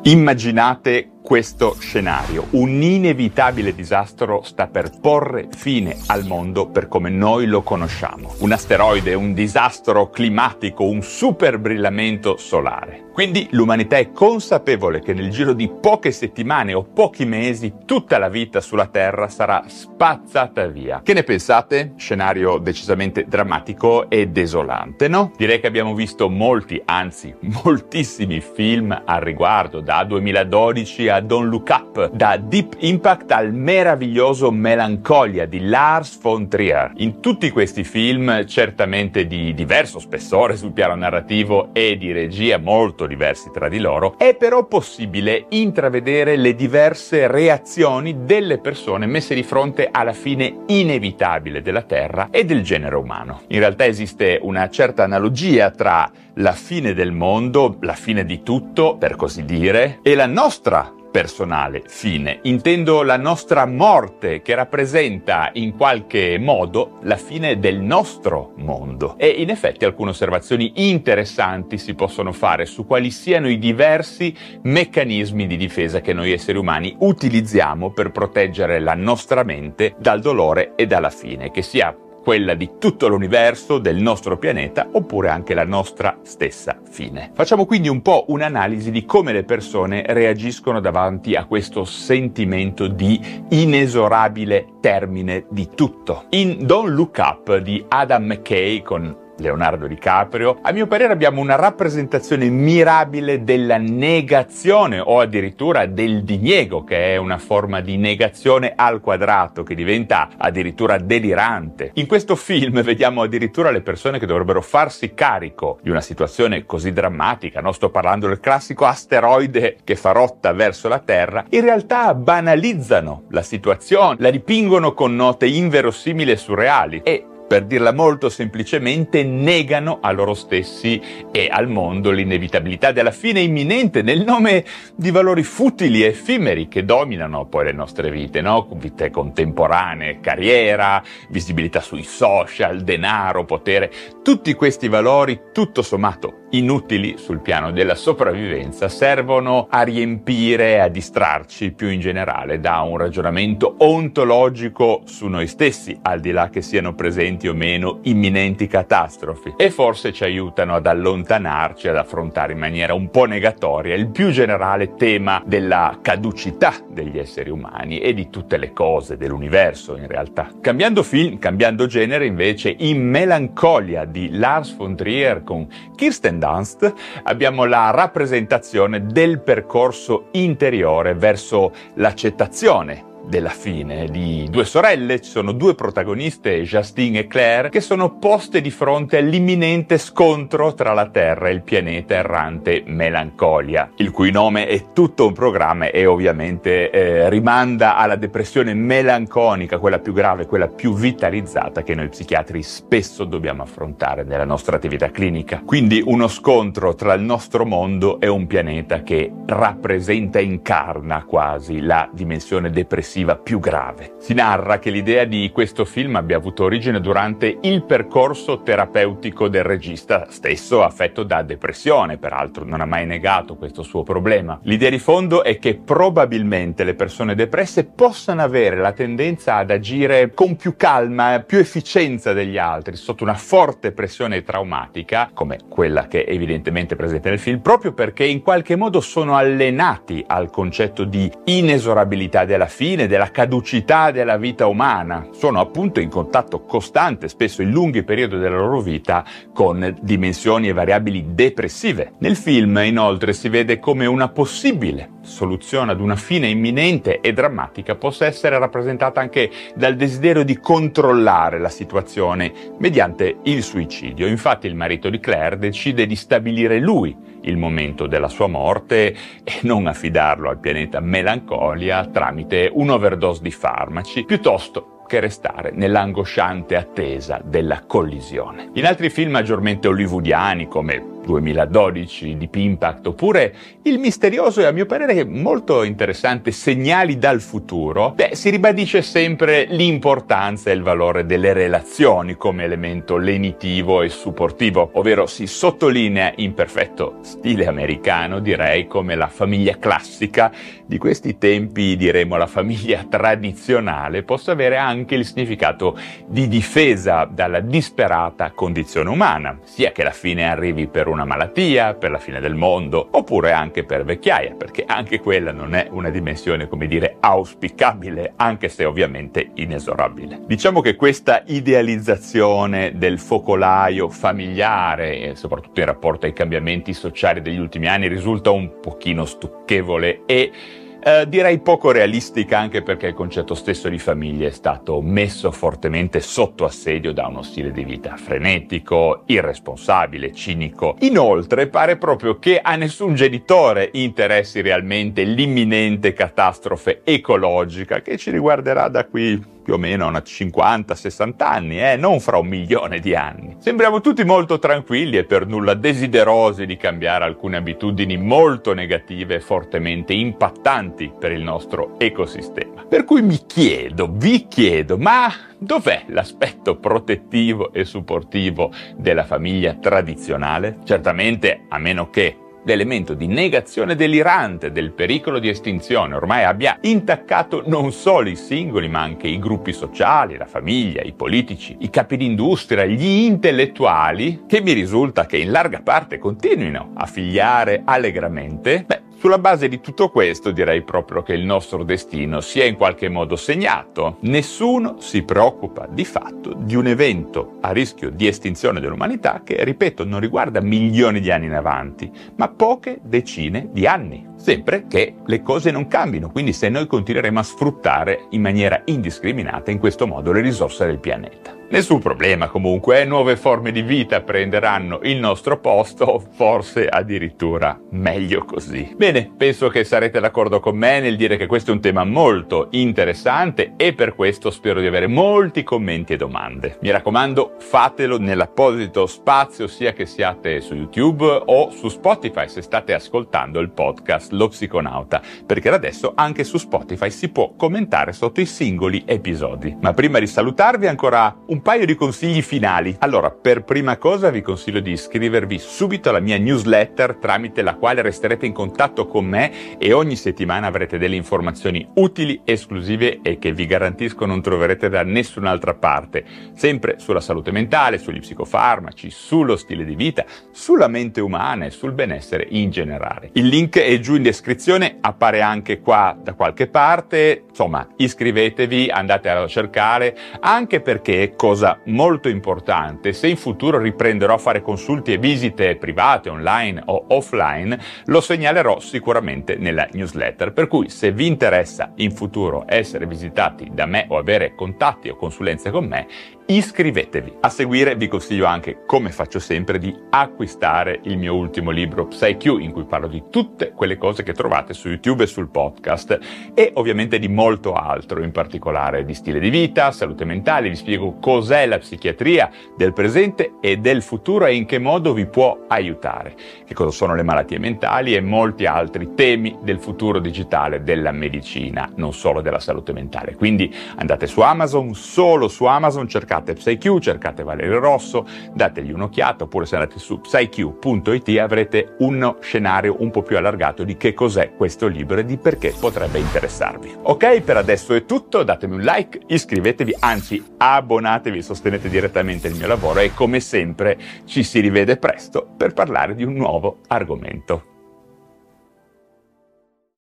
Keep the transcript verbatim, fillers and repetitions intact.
Immaginate questo scenario: un inevitabile disastro sta per porre fine al mondo per come noi lo conosciamo. Un asteroide, un disastro climatico, un superbrillamento solare. Quindi l'umanità è consapevole che nel giro di poche settimane o pochi mesi tutta la vita sulla Terra sarà spazzata via. Che ne pensate? Scenario decisamente drammatico e desolante, no? Direi che abbiamo visto molti, anzi moltissimi film al riguardo, da duemiladodici a Don't Look Up, da Deep Impact al meraviglioso Melancholia di Lars von Trier. In tutti questi film, certamente di diverso spessore sul piano narrativo e di regia molto diversi tra di loro, è però possibile intravedere le diverse reazioni delle persone messe di fronte alla fine inevitabile della Terra e del genere umano. In realtà esiste una certa analogia tra la fine del mondo, la fine di tutto, per così dire, e la nostra personale fine. Intendo la nostra morte, che rappresenta in qualche modo la fine del nostro mondo. E in effetti alcune osservazioni interessanti si possono fare su quali siano i diversi meccanismi di difesa che noi esseri umani utilizziamo per proteggere la nostra mente dal dolore e dalla fine, che sia quella di tutto l'universo, del nostro pianeta, oppure anche la nostra stessa fine. Facciamo quindi un po' un'analisi di come le persone reagiscono davanti a questo sentimento di inesorabile termine di tutto. In Don't Look Up di Adam McKay con Leonardo DiCaprio, a mio parere abbiamo una rappresentazione mirabile della negazione o addirittura del diniego, che è una forma di negazione al quadrato che diventa addirittura delirante. In questo film vediamo addirittura le persone che dovrebbero farsi carico di una situazione così drammatica, no? Sto parlando del classico asteroide che fa rotta verso la Terra, in realtà banalizzano la situazione, la dipingono con note inverosimili e surreali e, per dirla molto semplicemente, negano a loro stessi e al mondo l'inevitabilità della fine imminente nel nome di valori futili e effimeri che dominano poi le nostre vite, no? Vite contemporanee, carriera, visibilità sui social, denaro, potere. Tutti questi valori, tutto sommato inutili sul piano della sopravvivenza, servono a riempire, a distrarci più in generale da un ragionamento ontologico su noi stessi, al di là che siano presenti o meno imminenti catastrofi, e forse ci aiutano ad allontanarci, ad affrontare in maniera un po' negatoria il più generale tema della caducità degli esseri umani e di tutte le cose dell'universo in realtà. Cambiando film, cambiando genere, invece, in Melancholia di Lars von Trier con Kirsten Dunst abbiamo la rappresentazione del percorso interiore verso l'accettazione della fine di due sorelle. Ci sono due protagoniste, Justine e Claire, che sono poste di fronte all'imminente scontro tra la Terra e il pianeta errante Melancholia, il cui nome è tutto un programma e ovviamente eh, rimanda alla depressione melanconica, quella più grave, quella più vitalizzata che noi psichiatri spesso dobbiamo affrontare nella nostra attività clinica. Quindi uno scontro tra il nostro mondo e un pianeta che rappresenta, incarna quasi la dimensione depressiva più grave. Si narra che l'idea di questo film abbia avuto origine durante il percorso terapeutico del regista stesso, affetto da depressione, peraltro non ha mai negato questo suo problema. L'idea di fondo è che probabilmente le persone depresse possano avere la tendenza ad agire con più calma, più efficienza degli altri, sotto una forte pressione traumatica, come quella che è evidentemente presente nel film, proprio perché in qualche modo sono allenati al concetto di inesorabilità della fine, della caducità della vita umana. Sono appunto in contatto costante, spesso in lunghi periodi della loro vita, con dimensioni e variabili depressive. Nel film, inoltre, si vede come una possibile soluzione ad una fine imminente e drammatica possa essere rappresentata anche dal desiderio di controllare la situazione mediante il suicidio. Infatti il marito di Claire decide di stabilire lui il momento della sua morte e non affidarlo al pianeta Melancholia tramite un'overdose di farmaci, piuttosto che restare nell'angosciante attesa della collisione. In altri film maggiormente hollywoodiani, come duemiladodici di Impact, oppure il misterioso e a mio parere molto interessante Segnali dal futuro, beh, si ribadisce sempre l'importanza e il valore delle relazioni come elemento lenitivo e supportivo, ovvero si sottolinea in perfetto stile americano, direi, come la famiglia classica di questi tempi, diremo la famiglia tradizionale, possa avere anche il significato di difesa dalla disperata condizione umana, sia che la fine arrivi per una malattia, per la fine del mondo, oppure anche per vecchiaia, perché anche quella non è una dimensione, come dire, auspicabile, anche se ovviamente inesorabile. Diciamo che questa idealizzazione del focolaio familiare, e soprattutto in rapporto ai cambiamenti sociali degli ultimi anni, risulta un pochino stucchevole e Uh, direi poco realistica, anche perché il concetto stesso di famiglia è stato messo fortemente sotto assedio da uno stile di vita frenetico, irresponsabile, cinico. Inoltre pare proprio che a nessun genitore interessi realmente l'imminente catastrofe ecologica che ci riguarderà da qui più o meno a cinquanta sessanta anni, eh, non fra un milione di anni. Sembriamo tutti molto tranquilli e per nulla desiderosi di cambiare alcune abitudini molto negative e fortemente impattanti per il nostro ecosistema. Per cui mi chiedo, vi chiedo, ma dov'è l'aspetto protettivo e supportivo della famiglia tradizionale? Certamente, a meno che l'elemento di negazione delirante del pericolo di estinzione ormai abbia intaccato non solo i singoli ma anche i gruppi sociali, la famiglia, i politici, i capi d'industria, gli intellettuali, che mi risulta che in larga parte continuino a figliare allegramente. Beh, sulla base di tutto questo direi proprio che il nostro destino sia in qualche modo segnato. Nessuno si preoccupa di fatto di un evento a rischio di estinzione dell'umanità che, ripeto, non riguarda milioni di anni in avanti, ma poche decine di anni. Sempre che le cose non cambino, quindi se noi continueremo a sfruttare in maniera indiscriminata in questo modo le risorse del pianeta. Nessun problema comunque, nuove forme di vita prenderanno il nostro posto, forse addirittura meglio così. Bene, penso che sarete d'accordo con me nel dire che questo è un tema molto interessante e per questo spero di avere molti commenti e domande. Mi raccomando, fatelo nell'apposito spazio sia che siate su YouTube o su Spotify se state ascoltando il podcast Lo Psiconauta, perché da adesso anche su Spotify si può commentare sotto i singoli episodi. Ma prima di salutarvi ancora un Un paio di consigli finali. Allora, per prima cosa vi consiglio di iscrivervi subito alla mia newsletter, tramite la quale resterete in contatto con me e ogni settimana avrete delle informazioni utili, esclusive e che vi garantisco non troverete da nessun'altra parte, sempre sulla salute mentale, sugli psicofarmaci, sullo stile di vita, sulla mente umana e sul benessere in generale. Il link è giù in descrizione, appare anche qua da qualche parte. Insomma, iscrivetevi, andate a cercare, anche perché cosa molto importante, se in futuro riprenderò a fare consulti e visite private, online o offline, lo segnalerò sicuramente nella newsletter, per cui se vi interessa in futuro essere visitati da me o avere contatti o consulenze con me, iscrivetevi. A seguire vi consiglio anche, come faccio sempre, di acquistare il mio ultimo libro PsyQ, in cui parlo di tutte quelle cose che trovate su YouTube e sul podcast e ovviamente di molto altro, in particolare di stile di vita, salute mentale. Vi spiego cos'è la psichiatria del presente e del futuro e in che modo vi può aiutare, che cosa sono le malattie mentali e molti altri temi del futuro digitale della medicina, non solo della salute mentale. Quindi andate su Amazon, solo su Amazon cercate PsyQ, cercate Valerio Rosso, dategli un'occhiata, oppure se andate su psyq punto it avrete uno scenario un po' più allargato di che cos'è questo libro e di perché potrebbe interessarvi. Ok, per adesso è tutto, datemi un like, iscrivetevi, anzi abbonatevi, sostenete direttamente il mio lavoro e come sempre ci si rivede presto per parlare di un nuovo argomento.